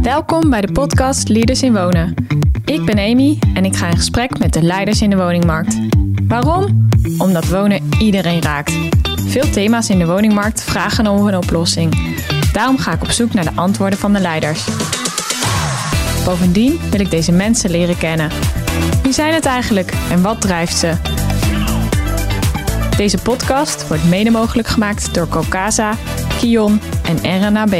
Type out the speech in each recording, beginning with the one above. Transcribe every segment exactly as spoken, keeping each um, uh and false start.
Welkom bij de podcast Leaders in Wonen. Ik ben Amy en ik ga in gesprek met de leiders in de woningmarkt. Waarom? Omdat wonen iedereen raakt. Veel thema's in de woningmarkt vragen om een oplossing. Daarom ga ik op zoek naar de antwoorden van de leiders. Bovendien wil ik deze mensen leren kennen. Wie zijn het eigenlijk en wat drijft ze? Deze podcast wordt mede mogelijk gemaakt door Cocasa, Kion en R N A B.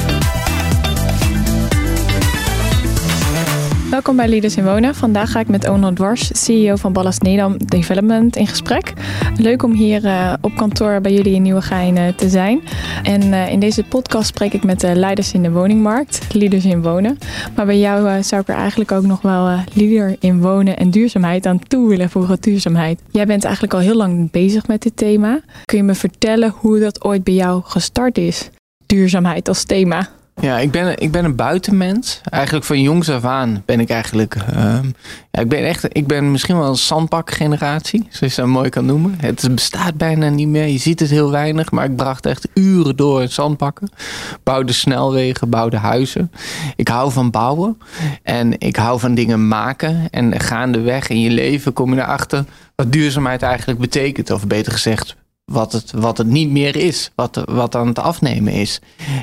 Welkom bij Leaders in Wonen. Vandaag ga ik met Onno Dwars, C E O van Ballast Nedam Development, in gesprek. Leuk om hier uh, op kantoor bij jullie in Nieuwegein uh, te zijn. En uh, in deze podcast spreek ik met de leiders in de woningmarkt, Leaders in Wonen. Maar bij jou uh, zou ik er eigenlijk ook nog wel uh, leader in wonen en duurzaamheid aan toe willen voegen, duurzaamheid. Jij bent eigenlijk al heel lang bezig met dit thema. Kun je me vertellen hoe dat ooit bij jou gestart is? Duurzaamheid als thema. Ja, ik ben, ik ben een buitenmens. Eigenlijk van jongs af aan ben ik eigenlijk... Uh, ja, ik ben echt, ik ben misschien wel een zandbakgeneratie, zoals je dat mooi kan noemen. Het bestaat bijna niet meer. Je ziet het heel weinig, maar ik bracht echt uren door in zandbakken. Bouwde snelwegen, bouwde huizen. Ik hou van bouwen en ik hou van dingen maken. En gaandeweg in je leven kom je erachter wat duurzaamheid eigenlijk betekent. Of beter gezegd, Wat het, wat het niet meer is, wat, wat aan het afnemen is.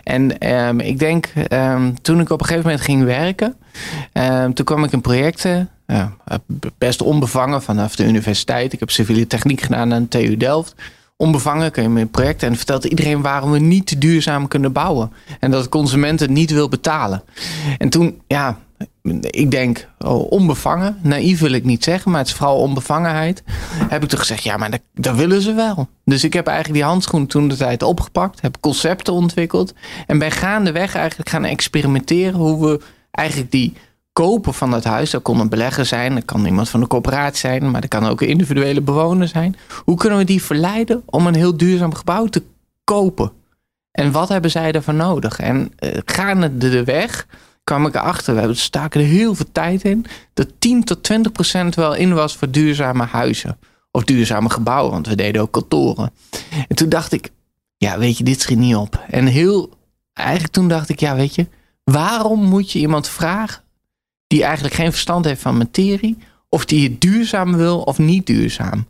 En um, ik denk, um, toen ik op een gegeven moment ging werken, um, toen kwam ik in projecten, uh, best onbevangen vanaf de universiteit. Ik heb civiele techniek gedaan aan de T U Delft. Onbevangen kun je in projecten en vertelt iedereen waarom we niet te duurzaam kunnen bouwen. En dat de consument het niet wil betalen. En toen, ja, ik denk, oh, onbevangen, naïef wil ik niet zeggen, maar het is vooral onbevangenheid. Heb ik toen gezegd, ja, maar dat, dat willen ze wel. Dus ik heb eigenlijk die handschoen toen de tijd opgepakt, heb concepten ontwikkeld en ben gaandeweg eigenlijk gaan experimenteren hoe we eigenlijk die kopen van dat huis, dat kon een belegger zijn, dat kan iemand van de corporatie zijn, maar dat kan ook een individuele bewoner zijn. Hoe kunnen we die verleiden om een heel duurzaam gebouw te kopen? En wat hebben zij ervoor nodig? En uh, gaande de weg kwam ik erachter, we staken er heel veel tijd in, dat tien tot twintig procent wel in was voor duurzame huizen. Of duurzame gebouwen, want we deden ook kantoren. En toen dacht ik, ja, weet je, dit schiet niet op. En heel, eigenlijk toen dacht ik, ja, weet je, waarom moet je iemand vragen die eigenlijk geen verstand heeft van materie, of die het duurzaam wil of niet duurzaam?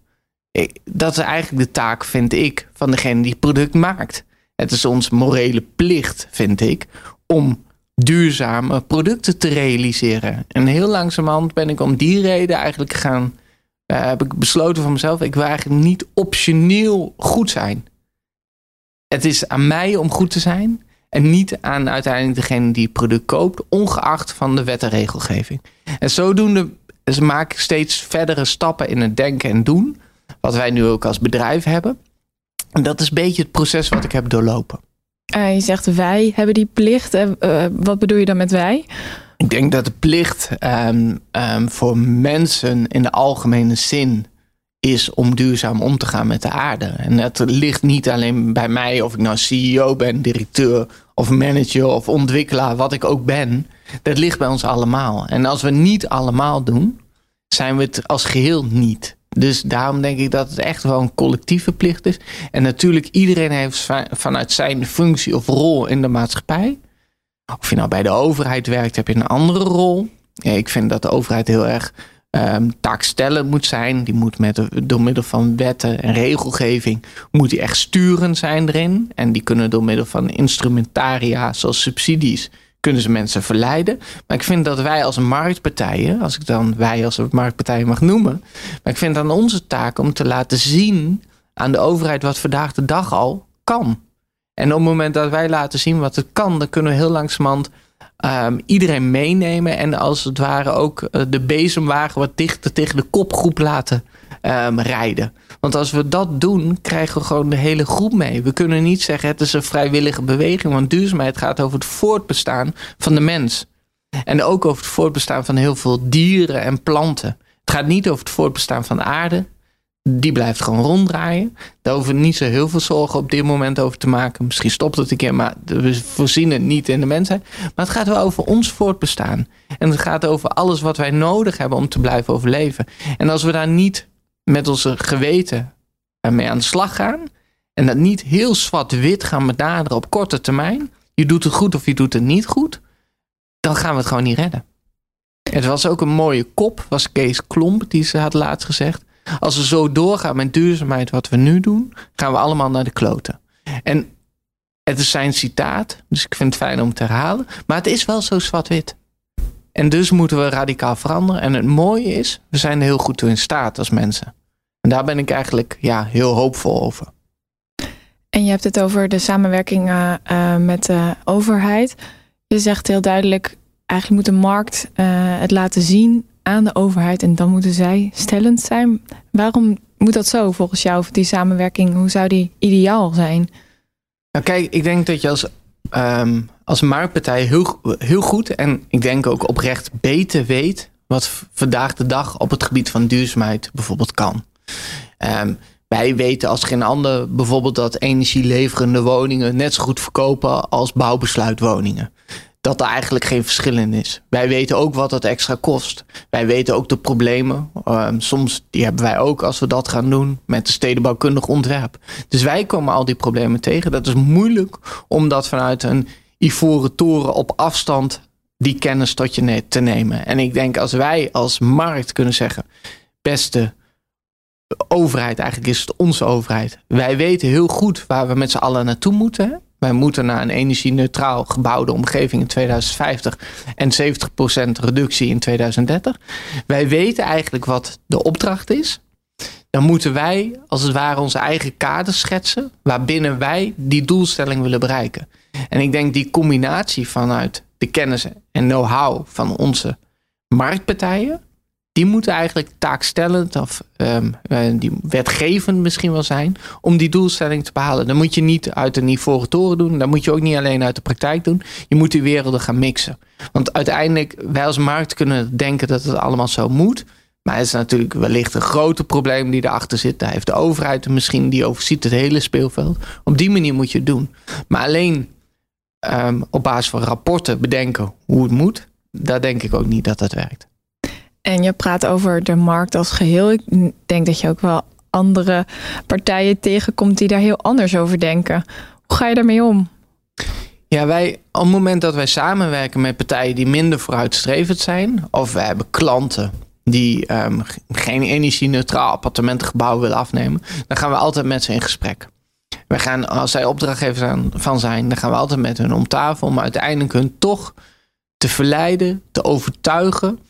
Dat is eigenlijk de taak, vind ik, van degene die het product maakt. Het is ons morele plicht, vind ik, om duurzame producten te realiseren. En heel langzamerhand ben ik om die reden eigenlijk gaan, uh, heb ik besloten van mezelf, ik wil eigenlijk niet optioneel goed zijn. Het is aan mij om goed te zijn en niet aan uiteindelijk degene die het product koopt, ongeacht van de wet en regelgeving. En zodoende dus maak ik steeds verdere stappen in het denken en doen, wat wij nu ook als bedrijf hebben. En dat is een beetje het proces wat ik heb doorlopen. Uh, je zegt wij hebben die plicht. Uh, uh, wat bedoel je dan met wij? Ik denk dat de plicht um, um, voor mensen in de algemene zin is om duurzaam om te gaan met de aarde. En dat ligt niet alleen bij mij, of ik nou C E O ben, directeur of manager of ontwikkelaar, wat ik ook ben. Dat ligt bij ons allemaal. En als we niet allemaal doen, zijn we het als geheel niet. Dus daarom denk ik dat het echt wel een collectieve plicht is. En natuurlijk, iedereen heeft vanuit zijn functie of rol in de maatschappij. Of je nou bij de overheid werkt, heb je een andere rol. Ja, ik vind dat de overheid heel erg um, taakstellend moet zijn. Die moet met, door middel van wetten en regelgeving moet die echt sturend zijn erin. En die kunnen door middel van instrumentaria, zoals subsidies, kunnen ze mensen verleiden. Maar ik vind dat wij als marktpartijen, als ik dan wij als marktpartijen mag noemen, maar ik vind het aan onze taak om te laten zien aan de overheid wat vandaag de dag al kan. En op het moment dat wij laten zien wat het kan, dan kunnen we heel langzamerhand um, iedereen meenemen en als het ware ook uh, de bezemwagen wat dichter tegen de kopgroep laten um, rijden. Want als we dat doen, krijgen we gewoon de hele groep mee. We kunnen niet zeggen het is een vrijwillige beweging, want duurzaamheid gaat over het voortbestaan van de mens. En ook over het voortbestaan van heel veel dieren en planten. Het gaat niet over het voortbestaan van de aarde. Die blijft gewoon ronddraaien. Daar hoeven we niet zo heel veel zorgen op dit moment over te maken. Misschien stopt het een keer, maar we voorzien het niet in de mensheid. Maar het gaat wel over ons voortbestaan. En het gaat over alles wat wij nodig hebben om te blijven overleven. En als we daar niet met onze geweten mee aan de slag gaan en dat niet heel zwart-wit gaan benaderen op korte termijn, je doet het goed of je doet het niet goed, dan gaan we het gewoon niet redden. Het was ook een mooie kop, was Kees Klomp, die ze had laatst gezegd. Als we zo doorgaan met duurzaamheid wat we nu doen, gaan we allemaal naar de kloten. En het is zijn citaat, dus ik vind het fijn om te herhalen. Maar het is wel zo zwart-wit. En dus moeten we radicaal veranderen. En het mooie is, we zijn er heel goed toe in staat als mensen. En daar ben ik eigenlijk ja, heel hoopvol over. En je hebt het over de samenwerking uh, uh, met de overheid. Je zegt heel duidelijk, eigenlijk moet de markt uh, het laten zien aan de overheid. En dan moeten zij stellend zijn. Waarom moet dat zo volgens jou, die samenwerking? Hoe zou die ideaal zijn? Nou kijk, ik denk dat je als, um, als marktpartij heel, heel goed... en ik denk ook oprecht beter weet... wat vandaag de dag op het gebied van duurzaamheid bijvoorbeeld kan. Um, wij weten als geen ander bijvoorbeeld dat energieleverende woningen net zo goed verkopen als bouwbesluitwoningen. Dat er eigenlijk geen verschil in is. Wij weten ook wat het extra kost. Wij weten ook de problemen. Um, soms die hebben wij ook als we dat gaan doen met de stedenbouwkundig ontwerp. Dus wij komen al die problemen tegen. Dat is moeilijk om dat vanuit een ivoren toren op afstand die kennis tot je te nemen. En ik denk als wij als markt kunnen zeggen, beste overheid, eigenlijk is het onze overheid. Wij weten heel goed waar we met z'n allen naartoe moeten. Wij moeten naar een energie-neutraal gebouwde omgeving in tweeduizend vijftig en zeventig procent reductie in tweeduizend dertig. Wij weten eigenlijk wat de opdracht is. Dan moeten wij als het ware onze eigen kaders schetsen waarbinnen wij die doelstelling willen bereiken. En ik denk die combinatie vanuit de kennis en know-how van onze marktpartijen, die moeten eigenlijk taakstellend of um, die wetgevend misschien wel zijn om die doelstelling te behalen. Dan moet je niet uit een ivoren toren doen. Dan moet je ook niet alleen uit de praktijk doen. Je moet die werelden gaan mixen. Want uiteindelijk, wij als markt kunnen denken dat het allemaal zo moet. Maar het is natuurlijk wellicht een grote probleem die erachter zit. Daar heeft de overheid misschien, die overziet het hele speelveld. Op die manier moet je het doen. Maar alleen um, op basis van rapporten bedenken hoe het moet, daar denk ik ook niet dat dat werkt. En je praat over de markt als geheel. Ik denk dat je ook wel andere partijen tegenkomt die daar heel anders over denken. Hoe ga je daarmee om? Ja, wij, op het moment dat wij samenwerken met partijen die minder vooruitstrevend zijn, of we hebben klanten die um, geen energie-neutraal appartementengebouw willen afnemen, dan gaan we altijd met ze in gesprek. Wij gaan, als zij opdrachtgevers van zijn, dan gaan we altijd met hun om tafel om uiteindelijk hun toch te verleiden, te overtuigen.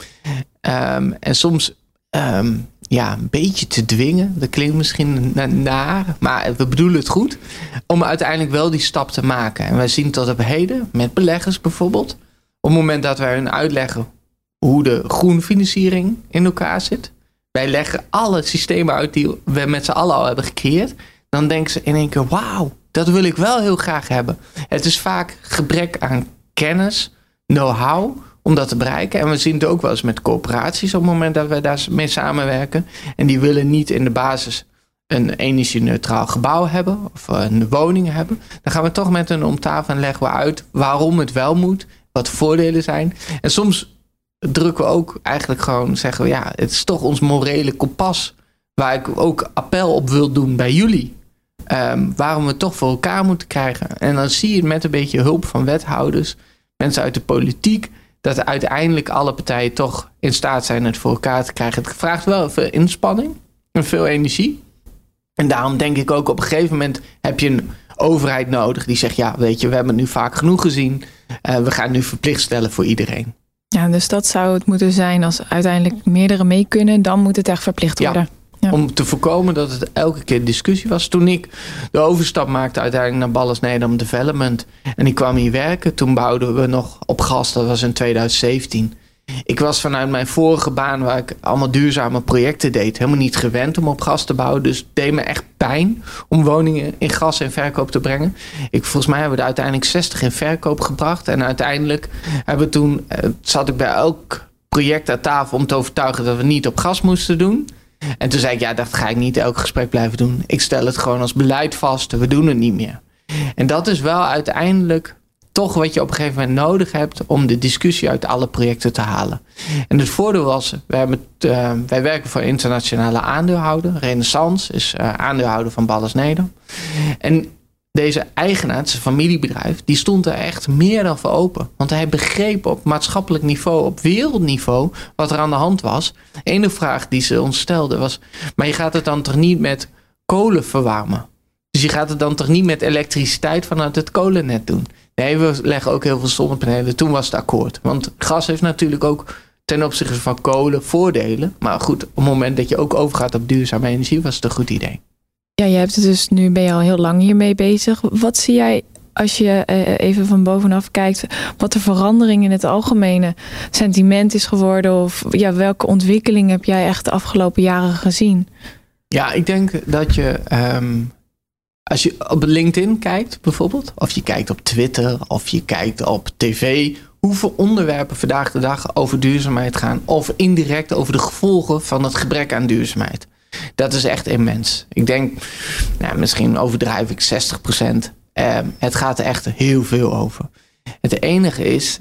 Um, en soms um, ja, een beetje te dwingen. Dat klinkt misschien naar, maar we bedoelen het goed. Om uiteindelijk wel die stap te maken. En wij zien tot op heden, met beleggers bijvoorbeeld. Op het moment dat wij hun uitleggen hoe de groenfinanciering in elkaar zit. Wij leggen alle systemen uit die we met z'n allen al hebben gecreëerd. Dan denken ze in één keer, wauw, dat wil ik wel heel graag hebben. Het is vaak gebrek aan kennis, know-how om dat te bereiken. En we zien het ook wel eens met corporaties op het moment dat we daarmee samenwerken. En die willen niet in de basis een energie-neutraal gebouw hebben of een woning hebben. Dan gaan we toch met hen om tafel en leggen we uit waarom het wel moet, wat de voordelen zijn. En soms drukken we ook eigenlijk gewoon, zeggen we ja, het is toch ons morele kompas waar ik ook appel op wil doen bij jullie. Um, waarom we het toch voor elkaar moeten krijgen. En dan zie je met een beetje hulp van wethouders, mensen uit de politiek, dat uiteindelijk alle partijen toch in staat zijn het voor elkaar te krijgen. Het vraagt wel veel inspanning en veel energie. En daarom denk ik ook op een gegeven moment heb je een overheid nodig die zegt, ja, weet je, we hebben het nu vaak genoeg gezien. Uh, we gaan nu verplicht stellen voor iedereen. Ja, dus dat zou het moeten zijn als uiteindelijk meerdere mee kunnen, dan moet het echt verplicht worden. Ja. Ja. Om te voorkomen dat het elke keer discussie was. Toen ik de overstap maakte uiteindelijk naar Ballas Nedam Development. En ik kwam hier werken. Toen bouwden we nog op gas. Dat was in tweeduizend zeventien. Ik was vanuit mijn vorige baan waar ik allemaal duurzame projecten deed. Helemaal niet gewend om op gas te bouwen. Dus het deed me echt pijn om woningen in gas in verkoop te brengen. Ik, volgens mij hebben we er uiteindelijk zestig in verkoop gebracht. En uiteindelijk hebben we toen, zat ik bij elk project aan tafel om te overtuigen dat we niet op gas moesten doen. En toen zei ik, ja, dat ga ik niet elk gesprek blijven doen. Ik stel het gewoon als beleid vast. We doen het niet meer. En dat is wel uiteindelijk toch wat je op een gegeven moment nodig hebt om de discussie uit alle projecten te halen. En het voordeel was, wij, hebben, uh, wij werken voor een internationale aandeelhouder. Renaissance is uh, aandeelhouder van Ballas Nedam. En deze eigenaar, het is een familiebedrijf, die stond er echt meer dan voor open. Want hij begreep op maatschappelijk niveau, op wereldniveau, wat er aan de hand was. De ene vraag die ze ons stelden was, maar je gaat het dan toch niet met kolen verwarmen? Dus je gaat het dan toch niet met elektriciteit vanuit het kolennet doen? Nee, we leggen ook heel veel zonnepanelen. Toen was het akkoord. Want gas heeft natuurlijk ook ten opzichte van kolen voordelen. Maar goed, op het moment dat je ook overgaat op duurzame energie, was het een goed idee. Ja, je hebt het dus nu, ben je al heel lang hiermee bezig. Wat zie jij als je even van bovenaf kijkt, wat de verandering in het algemene sentiment is geworden? Of ja, welke ontwikkeling heb jij echt de afgelopen jaren gezien? Ja, ik denk dat je, um, als je op LinkedIn kijkt bijvoorbeeld, of je kijkt op Twitter, of je kijkt op tv, hoeveel onderwerpen vandaag de dag over duurzaamheid gaan, of indirect over de gevolgen van het gebrek aan duurzaamheid. Dat is echt immens. Ik denk, nou, misschien overdrijf ik zestig procent. Uh, het gaat er echt heel veel over. Het enige is,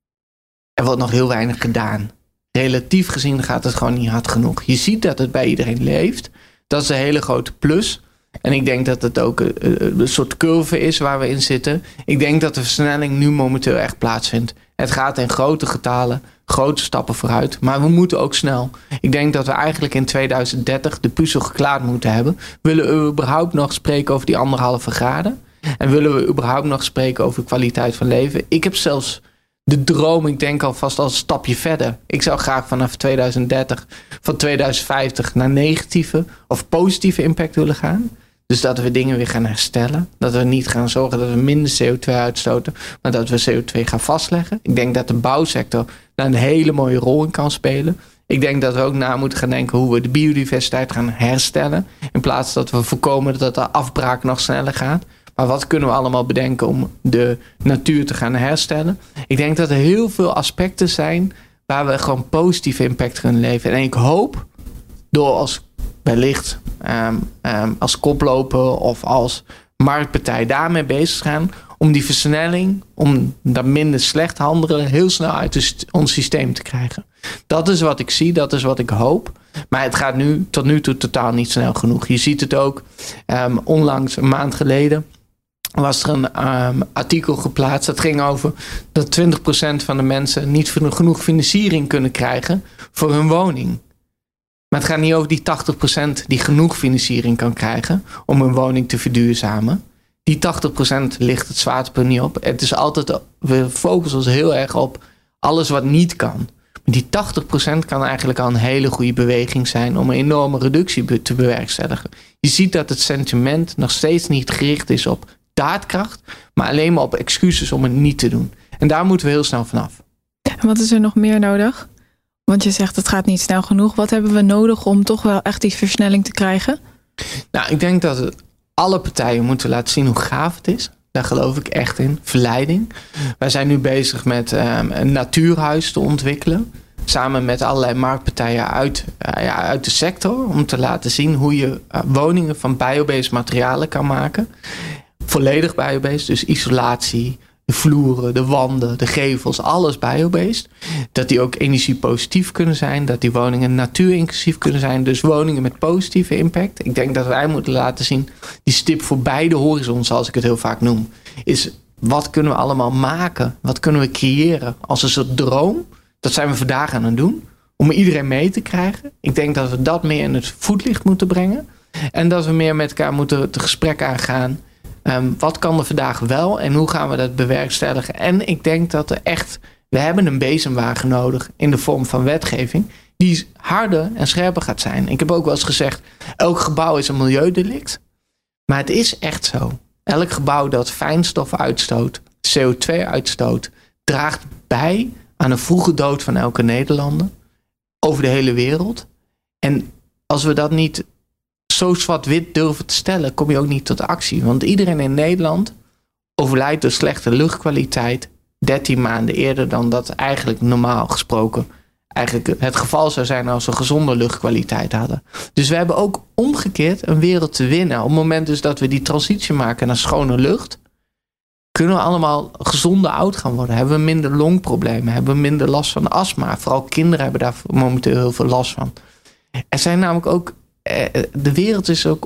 er wordt nog heel weinig gedaan. Relatief gezien gaat het gewoon niet hard genoeg. Je ziet dat het bij iedereen leeft. Dat is een hele grote plus. En ik denk dat het ook een, een soort curve is waar we in zitten. Ik denk dat de versnelling nu momenteel echt plaatsvindt. Het gaat in grote getalen, grote stappen vooruit. Maar we moeten ook snel. Ik denk dat we eigenlijk in tweeduizend dertig de puzzel geklaard moeten hebben. Willen we überhaupt nog spreken over die anderhalve graden? En willen we überhaupt nog spreken over kwaliteit van leven? Ik heb zelfs de droom, ik denk alvast al een stapje verder. Ik zou graag vanaf tweeduizend dertig, van tweeduizend vijftig naar negatieve of positieve impact willen gaan. Dus dat we dingen weer gaan herstellen. Dat we niet gaan zorgen dat we minder C O twee uitstoten, maar dat we C O twee gaan vastleggen. Ik denk dat de bouwsector daar een hele mooie rol in kan spelen. Ik denk dat we ook na moeten gaan denken hoe we de biodiversiteit gaan herstellen. In plaats dat we voorkomen dat de afbraak nog sneller gaat. Maar wat kunnen we allemaal bedenken om de natuur te gaan herstellen? Ik denk dat er heel veel aspecten zijn waar we gewoon positieve impact kunnen leveren. En ik hoop door als wellicht um, um, als koploper of als marktpartij daarmee bezig te gaan om die versnelling, om dat minder slecht handelen heel snel uit ons systeem te krijgen. Dat is wat ik zie, dat is wat ik hoop. Maar het gaat nu tot nu toe totaal niet snel genoeg. Je ziet het ook, um, onlangs een maand geleden was er een um, artikel geplaatst. Dat ging over dat twintig procent van de mensen niet genoeg financiering kunnen krijgen voor hun woning. Maar het gaat niet over die tachtig procent die genoeg financiering kan krijgen om hun woning te verduurzamen. Die tachtig procent ligt het zwaartepunt niet op. Het is altijd, we focussen ons heel erg op alles wat niet kan. Maar die tachtig procent kan eigenlijk al een hele goede beweging zijn om een enorme reductie te bewerkstelligen. Je ziet dat het sentiment nog steeds niet gericht is op daadkracht, maar alleen maar op excuses om het niet te doen. En daar moeten we heel snel vanaf. En wat is er nog meer nodig? Want je zegt het gaat niet snel genoeg. Wat hebben we nodig om toch wel echt die versnelling te krijgen? Nou, ik denk dat alle partijen moeten laten zien hoe gaaf het is. Daar geloof ik echt in. Verleiding. Wij zijn nu bezig met um, een natuurhuis te ontwikkelen. Samen met allerlei marktpartijen uit, uh, ja, uit de sector. Om te laten zien hoe je uh, woningen van biobased materialen kan maken. Volledig biobased. Dus isolatie, de vloeren, de wanden, de gevels, alles biobased. Dat die ook energiepositief kunnen zijn. Dat die woningen natuurinclusief kunnen zijn. Dus woningen met positieve impact. Ik denk dat wij moeten laten zien, die stip voor beide horizons, zoals ik het heel vaak noem, is wat kunnen we allemaal maken? Wat kunnen we creëren als een soort droom? Dat zijn we vandaag aan het doen. Om iedereen mee te krijgen. Ik denk dat we dat meer in het voetlicht moeten brengen. En dat we meer met elkaar moeten het gesprek aangaan. Um, wat kan er vandaag wel en hoe gaan we dat bewerkstelligen? En ik denk dat er echt, we hebben een bezemwagen nodig in de vorm van wetgeving die harder en scherper gaat zijn. Ik heb ook wel eens gezegd, elk gebouw is een milieudelict. Maar het is echt zo. Elk gebouw dat fijnstof uitstoot, C O twee uitstoot, draagt bij aan een vroege dood van elke Nederlander over de hele wereld. En als we dat niet zo zwart-wit durven te stellen, kom je ook niet tot actie. Want iedereen in Nederland overlijdt door slechte luchtkwaliteit dertien maanden eerder dan dat eigenlijk normaal gesproken eigenlijk het geval zou zijn als we gezonde luchtkwaliteit hadden. Dus we hebben ook omgekeerd een wereld te winnen. Op het moment dus dat we die transitie maken naar schone lucht, kunnen we allemaal gezonde oud gaan worden. Hebben we minder longproblemen, hebben we minder last van astma. Vooral kinderen hebben daar momenteel heel veel last van. Er zijn namelijk ook, de wereld is ook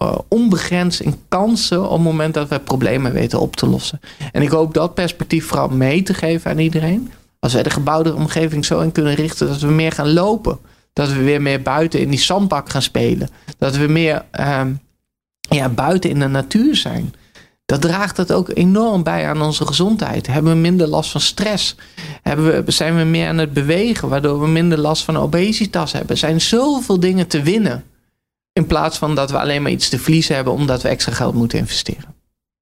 uh, onbegrensd in kansen op het moment dat we problemen weten op te lossen. En ik hoop dat perspectief vooral mee te geven aan iedereen. Als wij de gebouwde omgeving zo in kunnen richten dat we meer gaan lopen. Dat we weer meer buiten in die zandbak gaan spelen. Dat we meer uh, ja, buiten in de natuur zijn. Dat draagt het ook enorm bij aan onze gezondheid. Hebben we minder last van stress? Hebben we, zijn we meer aan het bewegen, waardoor we minder last van obesitas hebben? Er zijn zoveel dingen te winnen. In plaats van dat we alleen maar iets te verliezen hebben omdat we extra geld moeten investeren.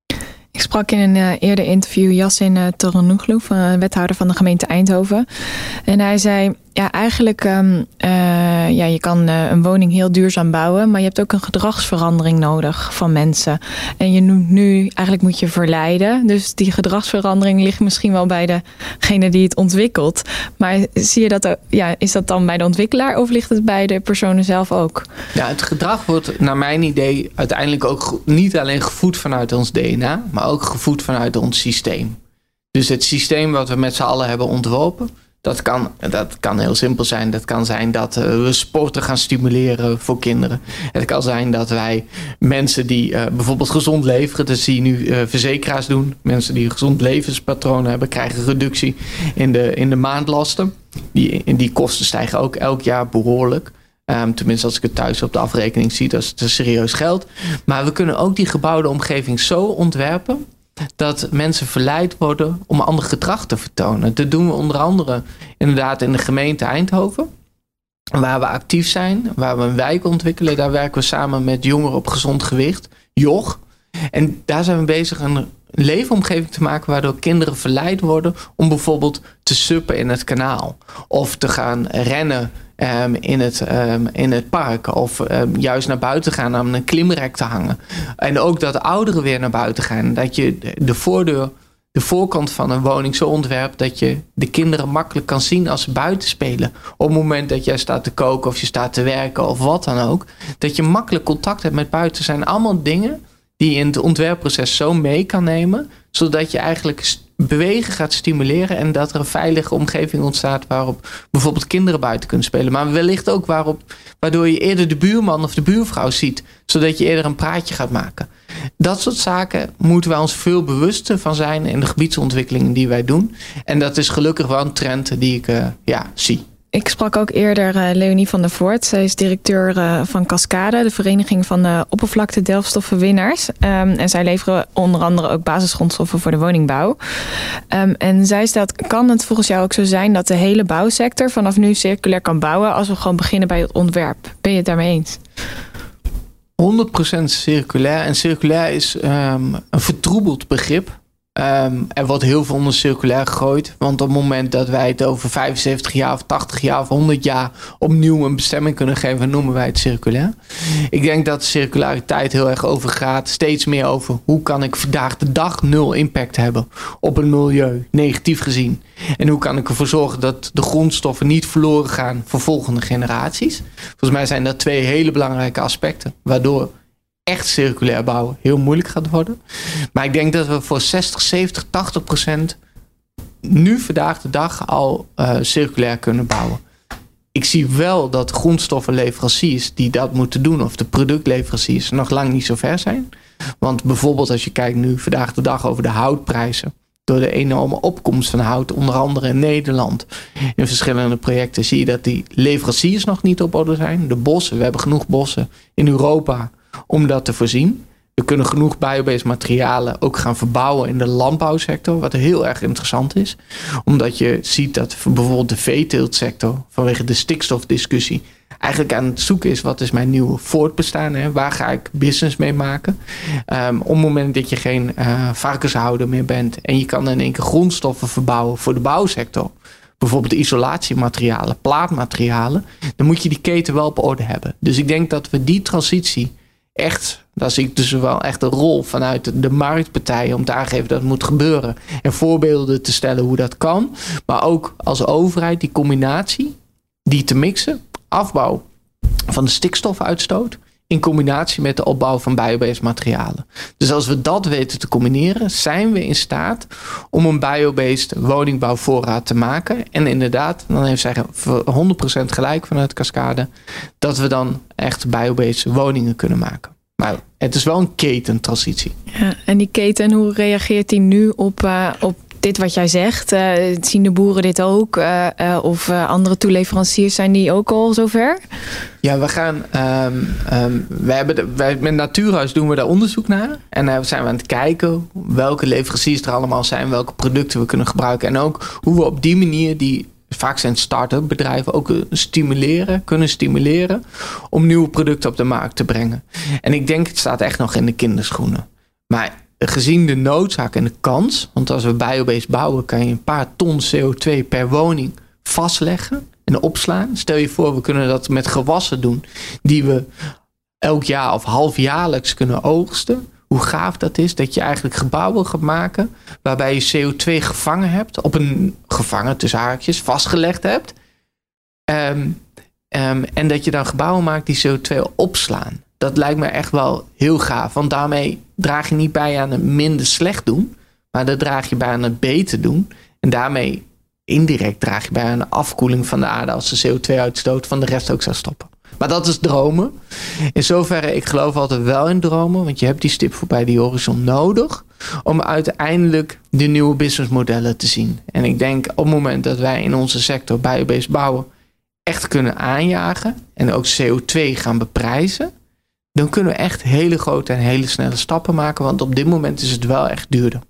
Ik sprak in een uh, eerder interview Yassin uh, Toranoglu, uh, wethouder van de gemeente Eindhoven. En hij zei, ja, eigenlijk, um, uh, ja, je kan uh, een woning heel duurzaam bouwen, maar je hebt ook een gedragsverandering nodig van mensen. En je noemt nu, eigenlijk moet je verleiden. Dus die gedragsverandering ligt misschien wel bij degene die het ontwikkelt. Maar zie je dat, uh, ja, is dat dan bij de ontwikkelaar of ligt het bij de personen zelf ook? Ja, het gedrag wordt naar mijn idee uiteindelijk ook niet alleen gevoed vanuit ons D N A, maar ook gevoed vanuit ons systeem. Dus het systeem wat we met z'n allen hebben ontworpen, dat kan, dat kan heel simpel zijn. Dat kan zijn dat we sporten gaan stimuleren voor kinderen. Het kan zijn dat wij mensen die uh, bijvoorbeeld gezond leveren, dat zie je nu uh, verzekeraars doen. Mensen die een gezond levenspatroon hebben, krijgen reductie in de, in de maandlasten. Die, die kosten stijgen ook elk jaar behoorlijk. Um, tenminste, als ik het thuis op de afrekening zie, dat is het serieus geld. Maar we kunnen ook die gebouwde omgeving zo ontwerpen dat mensen verleid worden om ander gedrag te vertonen. Dat doen we onder andere inderdaad in de gemeente Eindhoven, waar we actief zijn, waar we een wijk ontwikkelen. Daar werken we samen met Jongeren op Gezond Gewicht, J O G. En daar zijn we bezig een leefomgeving te maken waardoor kinderen verleid worden om bijvoorbeeld te suppen in het kanaal. Of te gaan rennen um, in, het, um, in het park. Of um, juist naar buiten gaan om een klimrek te hangen. En ook dat ouderen weer naar buiten gaan. Dat je de voordeur, de voorkant van een woning zo ontwerpt dat je de kinderen makkelijk kan zien als ze buiten spelen. Op het moment dat jij staat te koken of je staat te werken of wat dan ook. Dat je makkelijk contact hebt met buiten. Zijn allemaal dingen die je in het ontwerpproces zo mee kan nemen, zodat je eigenlijk bewegen gaat stimuleren en dat er een veilige omgeving ontstaat waarop bijvoorbeeld kinderen buiten kunnen spelen. Maar wellicht ook waarop, waardoor je eerder de buurman of de buurvrouw ziet, zodat je eerder een praatje gaat maken. Dat soort zaken moeten wij ons veel bewuster van zijn in de gebiedsontwikkelingen die wij doen. En dat is gelukkig wel een trend die ik uh, ja, zie. Ik sprak ook eerder uh, Leonie van der Voort. Zij is directeur uh, van Cascade, de vereniging van de oppervlakte delfstoffenwinnaars. Um, en zij leveren onder andere ook basisgrondstoffen voor de woningbouw. Um, en zij stelt, kan het volgens jou ook zo zijn dat de hele bouwsector vanaf nu circulair kan bouwen als we gewoon beginnen bij het ontwerp? Ben je het daarmee eens? honderd procent circulair. En circulair is um, een vertroebeld begrip. Um, er wordt heel veel onder circulair gegooid. Want op het moment dat wij het over vijfenzeventig jaar of tachtig jaar of honderd jaar opnieuw een bestemming kunnen geven, noemen wij het circulair. Ik denk dat circulariteit heel erg over gaat. Steeds meer over hoe kan ik vandaag de dag nul impact hebben op het milieu, negatief gezien. En hoe kan ik ervoor zorgen dat de grondstoffen niet verloren gaan voor volgende generaties. Volgens mij zijn dat twee hele belangrijke aspecten. Waardoor echt circulair bouwen heel moeilijk gaat worden. Maar ik denk dat we voor zestig, zeventig, tachtig procent nu vandaag de dag al uh, circulair kunnen bouwen. Ik zie wel dat grondstoffenleveranciers die dat moeten doen, of de productleveranciers, nog lang niet zo ver zijn. Want bijvoorbeeld als je kijkt nu vandaag de dag over de houtprijzen, door de enorme opkomst van hout, onder andere in Nederland, in verschillende projecten, zie je dat die leveranciers nog niet op orde zijn. De bossen, we hebben genoeg bossen in Europa om dat te voorzien. We kunnen genoeg biobased materialen ook gaan verbouwen in de landbouwsector, wat heel erg interessant is. Omdat je ziet dat bijvoorbeeld de veeteeltsector vanwege de stikstofdiscussie eigenlijk aan het zoeken is, wat is mijn nieuwe voortbestaan? Hè? Waar ga ik business mee maken? Um, op het moment dat je geen uh, varkenshouder meer bent en je kan in één keer grondstoffen verbouwen voor de bouwsector, bijvoorbeeld isolatiematerialen, plaatmaterialen, dan moet je die keten wel op orde hebben. Dus ik denk dat we die transitie echt, daar zie ik dus wel echt een rol vanuit de marktpartijen om te aangeven dat het moet gebeuren. En voorbeelden te stellen hoe dat kan. Maar ook als overheid die combinatie, die te mixen, afbouw van de stikstofuitstoot in combinatie met de opbouw van biobased materialen. Dus als we dat weten te combineren, zijn we in staat om een biobased woningbouwvoorraad te maken. En inderdaad, dan heeft zij honderd procent gelijk vanuit Cascade, dat we dan echt biobased woningen kunnen maken. Maar het is wel een ketentransitie. Ja, en die keten, hoe reageert die nu op, uh, op dit wat jij zegt? Uh, zien de boeren dit ook? Uh, uh, of uh, andere toeleveranciers, zijn die ook al zover? Ja, we gaan. Um, um, wij hebben de, wij, met Natuurhuis doen we daar onderzoek naar. En dan zijn we aan het kijken welke leveranciers er allemaal zijn, welke producten we kunnen gebruiken. En ook hoe we op die manier die. Vaak zijn start-up bedrijven ook stimuleren, kunnen stimuleren om nieuwe producten op de markt te brengen. En ik denk, het staat echt nog in de kinderschoenen. Maar gezien de noodzaak en de kans, want als we biobased bouwen, kan je een paar ton C O twee per woning vastleggen en opslaan. Stel je voor, we kunnen dat met gewassen doen die we elk jaar of halfjaarlijks kunnen oogsten. Hoe gaaf dat is, dat je eigenlijk gebouwen gaat maken waarbij je C O twee gevangen hebt, op een gevangen tussen haakjes, vastgelegd hebt. Um, um, en dat je dan gebouwen maakt die C O twee opslaan. Dat lijkt me echt wel heel gaaf, want daarmee draag je niet bij aan het minder slecht doen, maar daar draag je bij aan het beter doen. En daarmee indirect draag je bij aan de afkoeling van de aarde als de C O twee uitstoot van de rest ook zou stoppen. Maar dat is dromen. In zoverre, ik geloof altijd wel in dromen. Want je hebt die stip voorbij die horizon nodig. Om uiteindelijk de nieuwe businessmodellen te zien. En ik denk op het moment dat wij in onze sector biobased bouwen echt kunnen aanjagen. En ook C O twee gaan beprijzen. Dan kunnen we echt hele grote en hele snelle stappen maken. Want op dit moment is het wel echt duurder.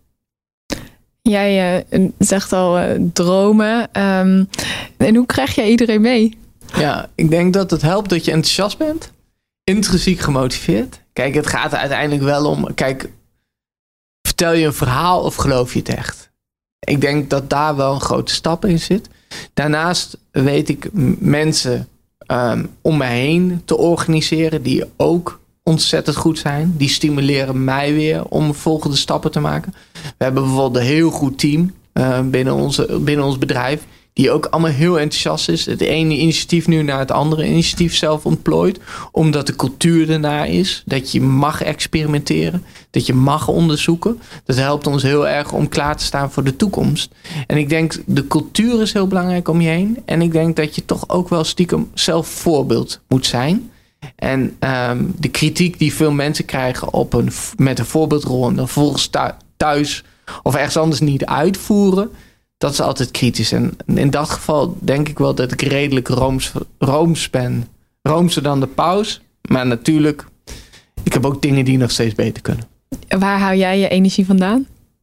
Jij uh, zegt al uh, dromen. Um, en hoe krijg jij iedereen mee? Ja, ik denk dat het helpt dat je enthousiast bent. Intrinsiek gemotiveerd. Kijk, het gaat er uiteindelijk wel om. Kijk, vertel je een verhaal of geloof je het echt? Ik denk dat daar wel een grote stap in zit. Daarnaast weet ik mensen um, om me heen te organiseren die ook ontzettend goed zijn. Die stimuleren mij weer om volgende stappen te maken. We hebben bijvoorbeeld een heel goed team uh, binnen, onze, binnen ons bedrijf. Die ook allemaal heel enthousiast is. Het ene initiatief nu naar het andere initiatief zelf ontplooit. Omdat de cultuur ernaar is. Dat je mag experimenteren. Dat je mag onderzoeken. Dat helpt ons heel erg om klaar te staan voor de toekomst. En ik denk, de cultuur is heel belangrijk om je heen. En ik denk dat je toch ook wel stiekem zelf voorbeeld moet zijn. En um, de kritiek die veel mensen krijgen op een, met een voorbeeldrol. En dan vervolgens thuis of ergens anders niet uitvoeren. Dat is altijd kritisch. En in dat geval denk ik wel dat ik redelijk rooms, rooms ben. Roomser dan de paus. Maar natuurlijk, ik heb ook dingen die nog steeds beter kunnen. Waar hou jij je energie vandaan?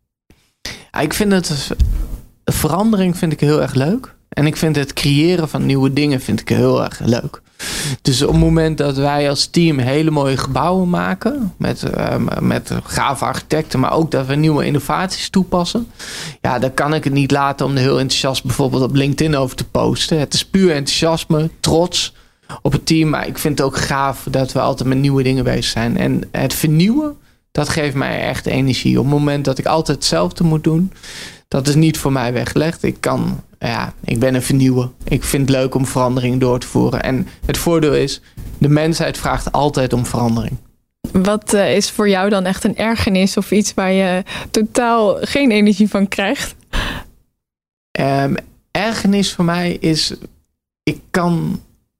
Ja, ik vind het... Verandering vind ik heel erg leuk. En ik vind het creëren van nieuwe dingen vind ik heel erg leuk. Dus op het moment dat wij als team hele mooie gebouwen maken. Met, uh, met gave architecten. Maar ook dat we nieuwe innovaties toepassen. Ja, dan kan ik het niet laten om er heel enthousiast bijvoorbeeld op LinkedIn over te posten. Het is puur enthousiasme, trots op het team. Maar ik vind het ook gaaf dat we altijd met nieuwe dingen bezig zijn. En het vernieuwen, dat geeft mij echt energie. Op het moment dat ik altijd hetzelfde moet doen. Dat is niet voor mij weggelegd. Ik kan... Ja, ik ben een vernieuwer. Ik vind het leuk om verandering door te voeren. En het voordeel is, de mensheid vraagt altijd om verandering. Wat uh, is voor jou dan echt een ergernis of iets waar je totaal geen energie van krijgt? Um, ergernis voor mij is, ik kan...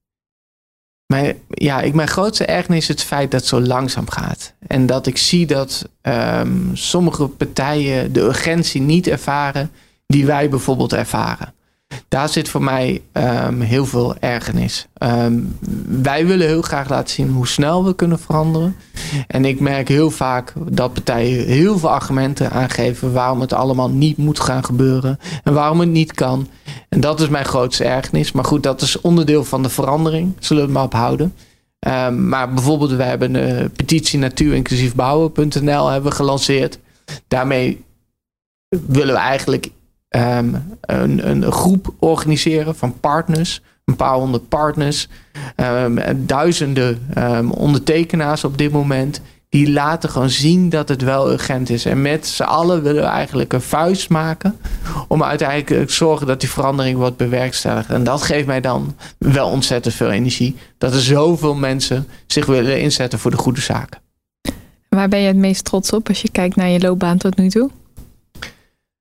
Mijn, ja, ik, mijn grootste ergernis is het feit dat het zo langzaam gaat. En dat ik zie dat um, sommige partijen de urgentie niet ervaren die wij bijvoorbeeld ervaren. Daar zit voor mij um, heel veel ergernis. Um, wij willen heel graag laten zien hoe snel we kunnen veranderen. En ik merk heel vaak dat partijen heel veel argumenten aangeven waarom het allemaal niet moet gaan gebeuren. En waarom het niet kan. En dat is mijn grootste ergernis. Maar goed, dat is onderdeel van de verandering. Zullen we het maar ophouden. Um, maar bijvoorbeeld, we hebben een petitie natuur inclusief bouwen punt n l hebben we gelanceerd. Daarmee willen we eigenlijk Um, een, een groep organiseren van partners. Een paar honderd partners. Um, duizenden um, ondertekenaars op dit moment. Die laten gewoon zien dat het wel urgent is. En met z'n allen willen we eigenlijk een vuist maken. Om uiteindelijk te zorgen dat die verandering wordt bewerkstelligd. En dat geeft mij dan wel ontzettend veel energie. Dat er zoveel mensen zich willen inzetten voor de goede zaken. Waar ben je het meest trots op als je kijkt naar je loopbaan tot nu toe?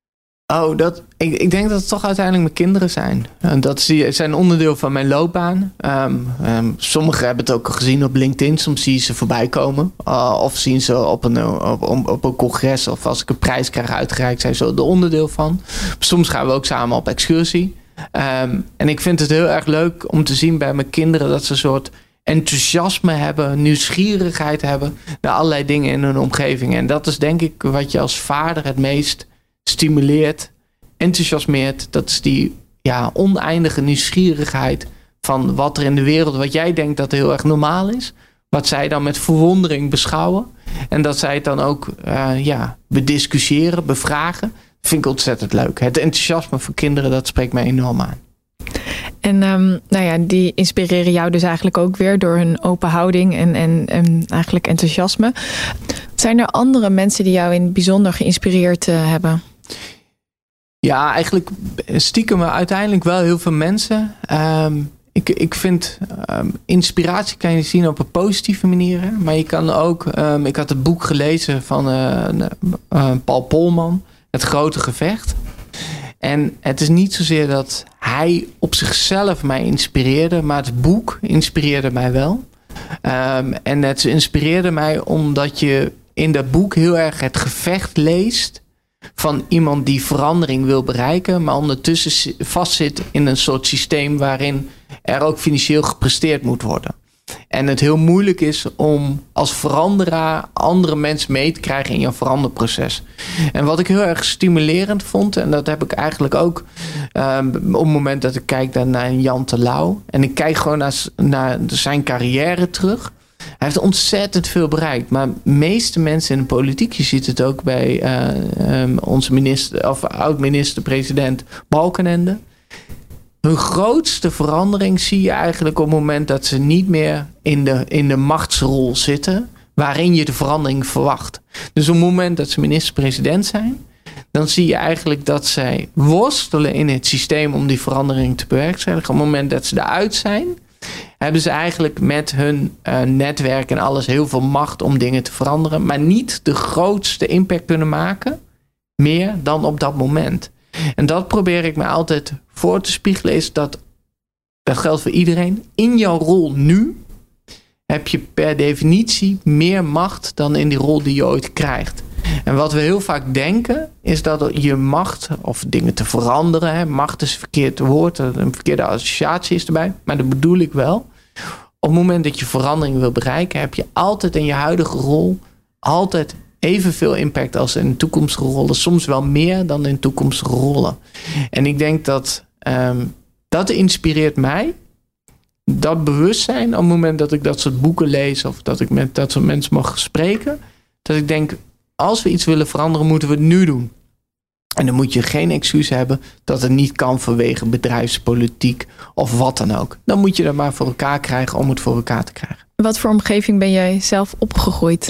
Oh, dat, ik, ik denk dat het toch uiteindelijk mijn kinderen zijn. En dat zijn onderdeel van mijn loopbaan. Um, um, sommigen hebben het ook gezien op LinkedIn. Soms zie je ze voorbij komen. Uh, of zien ze op een, op, op een congres. Of als ik een prijs krijg uitgereikt, zijn ze er onderdeel van. Soms gaan we ook samen op excursie. Um, en ik vind het heel erg leuk om te zien bij mijn kinderen dat ze een soort enthousiasme hebben, nieuwsgierigheid hebben naar allerlei dingen in hun omgeving. En dat is denk ik wat je als vader het meest stimuleert, enthousiasmeert. Dat is die ja, oneindige nieuwsgierigheid van wat er in de wereld, wat jij denkt dat heel erg normaal is, wat zij dan met verwondering beschouwen. En dat zij het dan ook uh, ja, bediscussiëren, bevragen. Dat vind ik ontzettend leuk. Het enthousiasme van kinderen, dat spreekt mij enorm aan. En um, nou ja, die inspireren jou dus eigenlijk ook weer door hun open houding en, en, en eigenlijk enthousiasme. Zijn er andere mensen die jou in het bijzonder geïnspireerd uh, hebben? Ja, eigenlijk stiekem uiteindelijk wel heel veel mensen. Um, ik, ik vind um, inspiratie kan je zien op een positieve manier. Hè? Maar je kan ook... Um, ik had het boek gelezen van uh, uh, Paul Polman. Het grote gevecht. En het is niet zozeer dat hij op zichzelf mij inspireerde. Maar het boek inspireerde mij wel. Um, en het inspireerde mij omdat je in dat boek heel erg het gevecht leest van iemand die verandering wil bereiken, maar ondertussen vastzit in een soort systeem waarin er ook financieel gepresteerd moet worden. En het heel moeilijk is om als veranderaar andere mensen mee te krijgen in jouw veranderproces. En wat ik heel erg stimulerend vond, en dat heb ik eigenlijk ook um, op het moment dat ik kijk naar Jan Terlouw, en ik kijk gewoon naar, naar zijn carrière terug. Hij heeft ontzettend veel bereikt. Maar de meeste mensen in de politiek, je ziet het ook bij uh, um, onze minister, of oud-minister-president Balkenende. Hun grootste verandering zie je eigenlijk op het moment dat ze niet meer in de, in de machtsrol zitten, waarin je de verandering verwacht. Dus op het moment dat ze minister-president zijn, dan zie je eigenlijk dat zij worstelen in het systeem om die verandering te bewerkstelligen. Op het moment dat ze eruit zijn, hebben ze eigenlijk met hun uh, netwerk en alles heel veel macht om dingen te veranderen, maar niet de grootste impact kunnen maken, meer dan op dat moment. En dat probeer ik me altijd voor te spiegelen, is dat, dat geldt voor iedereen, in jouw rol nu heb je per definitie meer macht dan in die rol die je ooit krijgt. En wat we heel vaak denken, is dat je macht, of dingen te veranderen, hè, macht is een verkeerd woord, een verkeerde associatie is erbij, maar dat bedoel ik wel. Op het moment dat je verandering wil bereiken, heb je altijd in je huidige rol altijd evenveel impact als in toekomstige rollen. Soms wel meer dan in toekomstige rollen. En ik denk dat um, dat inspireert mij. Dat bewustzijn op het moment dat ik dat soort boeken lees of dat ik met dat soort mensen mag spreken. Dat ik denk, als we iets willen veranderen, moeten we het nu doen. En dan moet je geen excuus hebben dat het niet kan vanwege bedrijfspolitiek of wat dan ook. Dan moet je dat maar voor elkaar krijgen om het voor elkaar te krijgen. Wat voor omgeving ben jij zelf opgegroeid?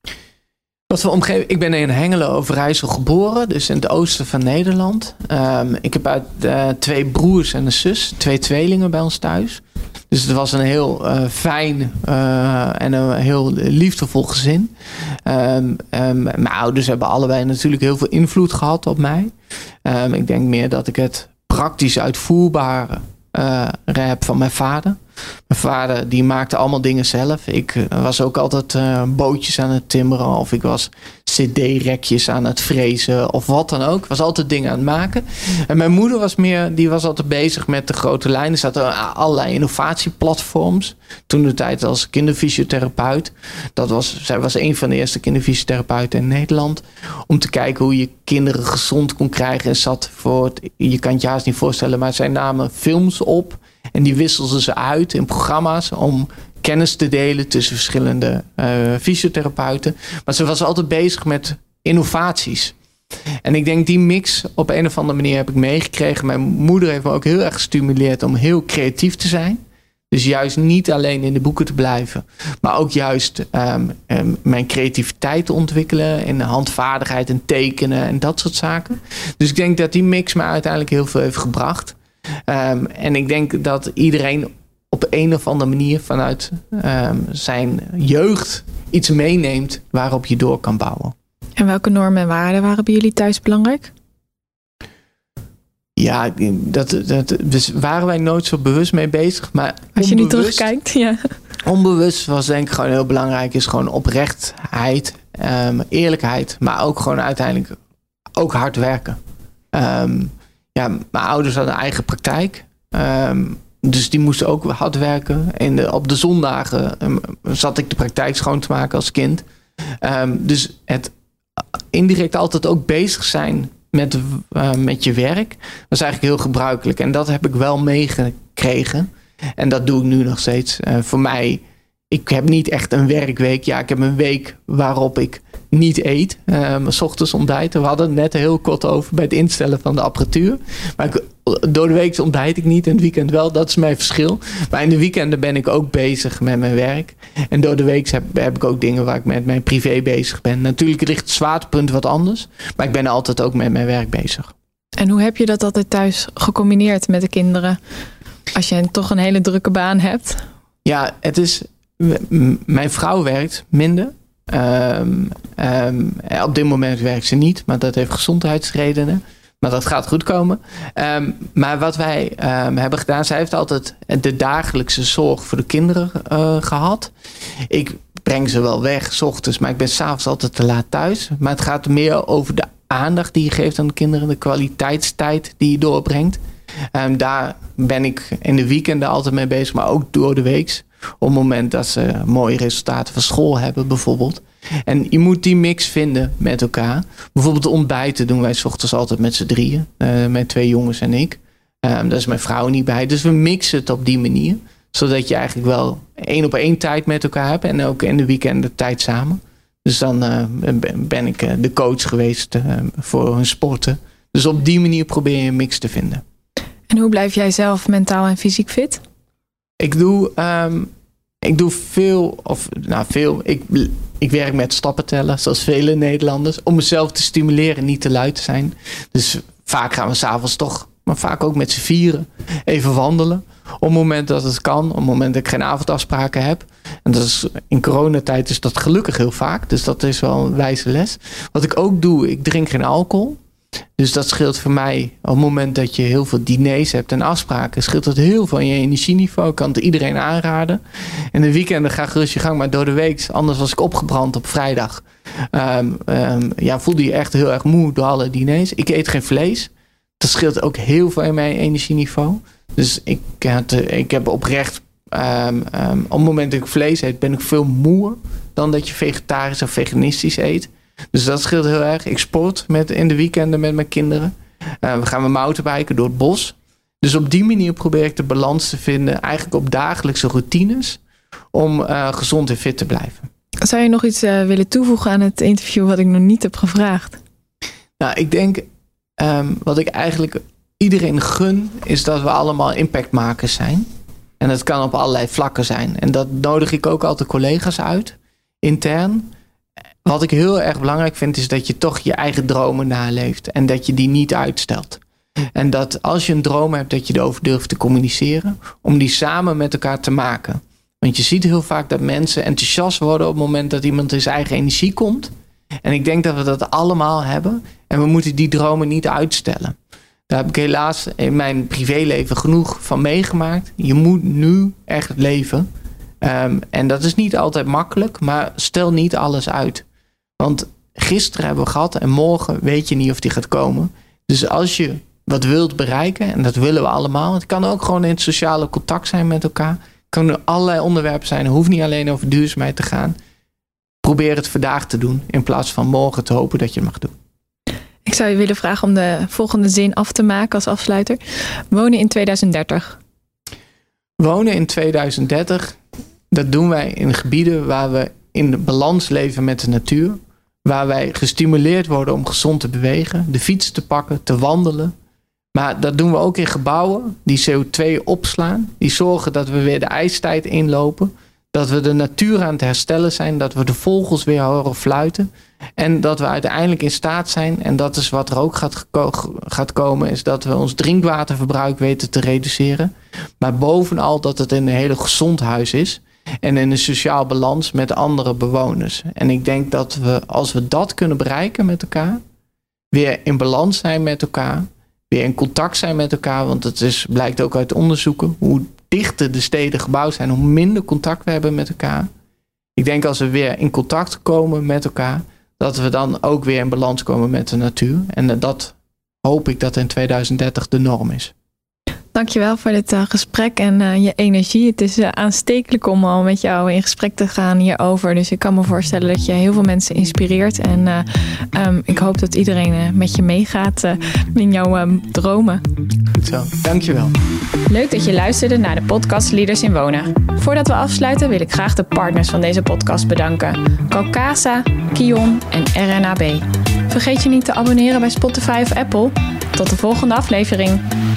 Wat voor omgeving? Ik ben in Hengelo Overijssel geboren, dus in het oosten van Nederland. Um, ik heb uit uh, twee broers en een zus, twee tweelingen bij ons thuis. Dus het was een heel uh, fijn uh, en een heel liefdevol gezin. Um, um, mijn ouders hebben allebei natuurlijk heel veel invloed gehad op mij. Um, ik denk meer dat ik het praktisch uitvoerbare uh, heb van mijn vader. Mijn vader die maakte allemaal dingen zelf. Ik uh, was ook altijd uh, bootjes aan het timmeren. Of ik was cd-rekjes aan het frezen. Of wat dan ook. Ik was altijd dingen aan het maken. En mijn moeder was meer, die was altijd bezig met de grote lijnen. Er zaten allerlei innovatieplatforms. Toen de tijd als kinderfysiotherapeut. Dat was, zij was een van de eerste kinderfysiotherapeuten in Nederland. Om te kijken hoe je kinderen gezond kon krijgen. En zat voor het, je kan het je haast niet voorstellen. Maar zij namen films op. En die wisselden ze uit in programma's om kennis te delen tussen verschillende uh, fysiotherapeuten. Maar ze was altijd bezig met innovaties. En ik denk die mix op een of andere manier heb ik meegekregen. Mijn moeder heeft me ook heel erg gestimuleerd om heel creatief te zijn. Dus juist niet alleen in de boeken te blijven. Maar ook juist um, um, mijn creativiteit te ontwikkelen. In handvaardigheid en tekenen en dat soort zaken. Dus ik denk dat die mix me uiteindelijk heel veel heeft gebracht. Um, en ik denk dat iedereen op een of andere manier vanuit um, zijn jeugd iets meeneemt waarop je door kan bouwen. En welke normen en waarden waren bij jullie thuis belangrijk? Ja, dat, dat dus waren wij nooit zo bewust mee bezig. Maar als je nu terugkijkt, ja. Onbewust was denk ik gewoon heel belangrijk. Is gewoon oprechtheid, um, eerlijkheid. Maar ook gewoon uiteindelijk ook hard werken. Um, ja, mijn ouders hadden een eigen praktijk. Um, dus die moesten ook hard werken. En de, op de zondagen um, zat ik de praktijk schoon te maken als kind. Um, dus het indirect altijd ook bezig zijn met, uh, met je werk was eigenlijk heel gebruikelijk. En dat heb ik wel meegekregen. En dat doe ik nu nog steeds. Uh, voor mij, ik heb niet echt een werkweek. Ja, ik heb een week waarop ik niet eet. Uh, 's ochtends ontbijten. We hadden het net heel kort over bij het instellen van de apparatuur. Maar ik, door de week ontbijt ik niet. En het weekend wel. Dat is mijn verschil. Maar in de weekenden ben ik ook bezig met mijn werk. En door de week heb, heb ik ook dingen waar ik met mijn privé bezig ben. Natuurlijk ligt het zwaartepunt wat anders. Maar ik ben altijd ook met mijn werk bezig. En hoe heb je dat altijd thuis gecombineerd met de kinderen? Als je toch een hele drukke baan hebt. Ja, het is... M- mijn vrouw werkt minder. Um, um, op dit moment werkt ze niet, maar dat heeft gezondheidsredenen. Maar dat gaat goed komen. Um, maar wat wij um, hebben gedaan, zij heeft altijd de dagelijkse zorg voor de kinderen uh, gehad. Ik breng ze wel weg 's ochtends, maar ik ben 's avonds altijd te laat thuis. Maar het gaat meer over de aandacht die je geeft aan de kinderen, de kwaliteitstijd die je doorbrengt. Um, daar ben ik in de weekenden altijd mee bezig, maar ook door de weeks. Op het moment dat ze mooie resultaten van school hebben bijvoorbeeld. En je moet die mix vinden met elkaar. Bijvoorbeeld ontbijten doen wij 's ochtends altijd met z'n drieën. Uh, met twee jongens en ik. Um, daar is mijn vrouw niet bij. Dus we mixen het op die manier. Zodat je eigenlijk wel één op één tijd met elkaar hebt. En ook in de weekenden tijd samen. Dus dan uh, ben ik uh, de coach geweest uh, voor hun sporten. Dus op die manier probeer je een mix te vinden. En hoe blijf jij zelf mentaal en fysiek fit? Ik doe, um, ik doe veel, of nou veel, ik, ik werk met stappen tellen, zoals vele Nederlanders, om mezelf te stimuleren, niet te lui te zijn. Dus vaak gaan we 's avonds toch, maar vaak ook met z'n vieren, even wandelen. Op het moment dat het kan, op het moment dat ik geen avondafspraken heb. En dat is, in coronatijd is dat gelukkig heel vaak, dus dat is wel een wijze les. Wat ik ook doe, ik drink geen alcohol. Dus dat scheelt voor mij, op het moment dat je heel veel diners hebt en afspraken, scheelt dat heel veel in je energieniveau. Ik kan het iedereen aanraden. En de weekenden ga gerust je gang, maar door de week, anders was ik opgebrand op vrijdag. Um, um, ja, voelde je echt heel erg moe door alle diners. Ik eet geen vlees. Dat scheelt ook heel veel in mijn energieniveau. Dus ik, ik heb oprecht, um, um, op het moment dat ik vlees eet, ben ik veel moeer dan dat je vegetarisch of veganistisch eet. Dus dat scheelt heel erg. Ik sport met, in de weekenden met mijn kinderen. Uh, we gaan met mountainbiken door het bos. Dus op die manier probeer ik de balans te vinden. Eigenlijk op dagelijkse routines. Om uh, gezond en fit te blijven. Zou je nog iets uh, willen toevoegen aan het interview wat ik nog niet heb gevraagd? Nou, ik denk um, wat ik eigenlijk iedereen gun. Is dat we allemaal impactmakers zijn. En dat kan op allerlei vlakken zijn. En dat nodig ik ook altijd collega's uit. Intern. Wat ik heel erg belangrijk vind is dat je toch je eigen dromen naleeft. En dat je die niet uitstelt. En dat als je een droom hebt dat je erover durft te communiceren. Om die samen met elkaar te maken. Want je ziet heel vaak dat mensen enthousiast worden op het moment dat iemand in zijn eigen energie komt. En ik denk dat we dat allemaal hebben. En we moeten die dromen niet uitstellen. Daar heb ik helaas in mijn privéleven genoeg van meegemaakt. Je moet nu echt leven. Um, en dat is niet altijd makkelijk. Maar stel niet alles uit. Want gisteren hebben we gehad en morgen weet je niet of die gaat komen. Dus als je wat wilt bereiken, en dat willen we allemaal. Het kan ook gewoon in het sociale contact zijn met elkaar. Het kan allerlei onderwerpen zijn. Het hoeft niet alleen over duurzaamheid te gaan. Probeer het vandaag te doen in plaats van morgen te hopen dat je het mag doen. Ik zou je willen vragen om de volgende zin af te maken als afsluiter. Wonen in tweeduizend dertig. Wonen in tweeduizend dertig, dat doen wij in gebieden waar we in de balans leven met de natuur. Waar wij gestimuleerd worden om gezond te bewegen. De fiets te pakken, te wandelen. Maar dat doen we ook in gebouwen die C O twee opslaan. Die zorgen dat we weer de ijstijd inlopen. Dat we de natuur aan het herstellen zijn. Dat we de vogels weer horen fluiten. En dat we uiteindelijk in staat zijn. En dat is wat er ook gaat, gaat komen. Is dat we ons drinkwaterverbruik weten te reduceren. Maar bovenal dat het in een hele gezond huis is. En in een sociaal balans met andere bewoners. En ik denk dat we, als we dat kunnen bereiken met elkaar. Weer in balans zijn met elkaar. weer in contact zijn met elkaar. Want het is, blijkt ook uit onderzoeken. Hoe dichter de steden gebouwd zijn, hoe minder contact we hebben met elkaar. Ik denk als we weer in contact komen met elkaar, dat we dan ook weer in balans komen met de natuur. En dat hoop ik dat in tweeduizend dertig de norm is. Dankjewel voor dit uh, gesprek en uh, je energie. Het is uh, aanstekelijk om al met jou in gesprek te gaan hierover. Dus ik kan me voorstellen dat je heel veel mensen inspireert. En uh, um, ik hoop dat iedereen uh, met je meegaat uh, in jouw um, dromen. Goed zo, dankjewel. Leuk dat je luisterde naar de podcast Leaders in Wonen. Voordat we afsluiten wil ik graag de partners van deze podcast bedanken. Calcasa, Kion en R N A B. Vergeet je niet te abonneren bij Spotify of Apple. Tot de volgende aflevering.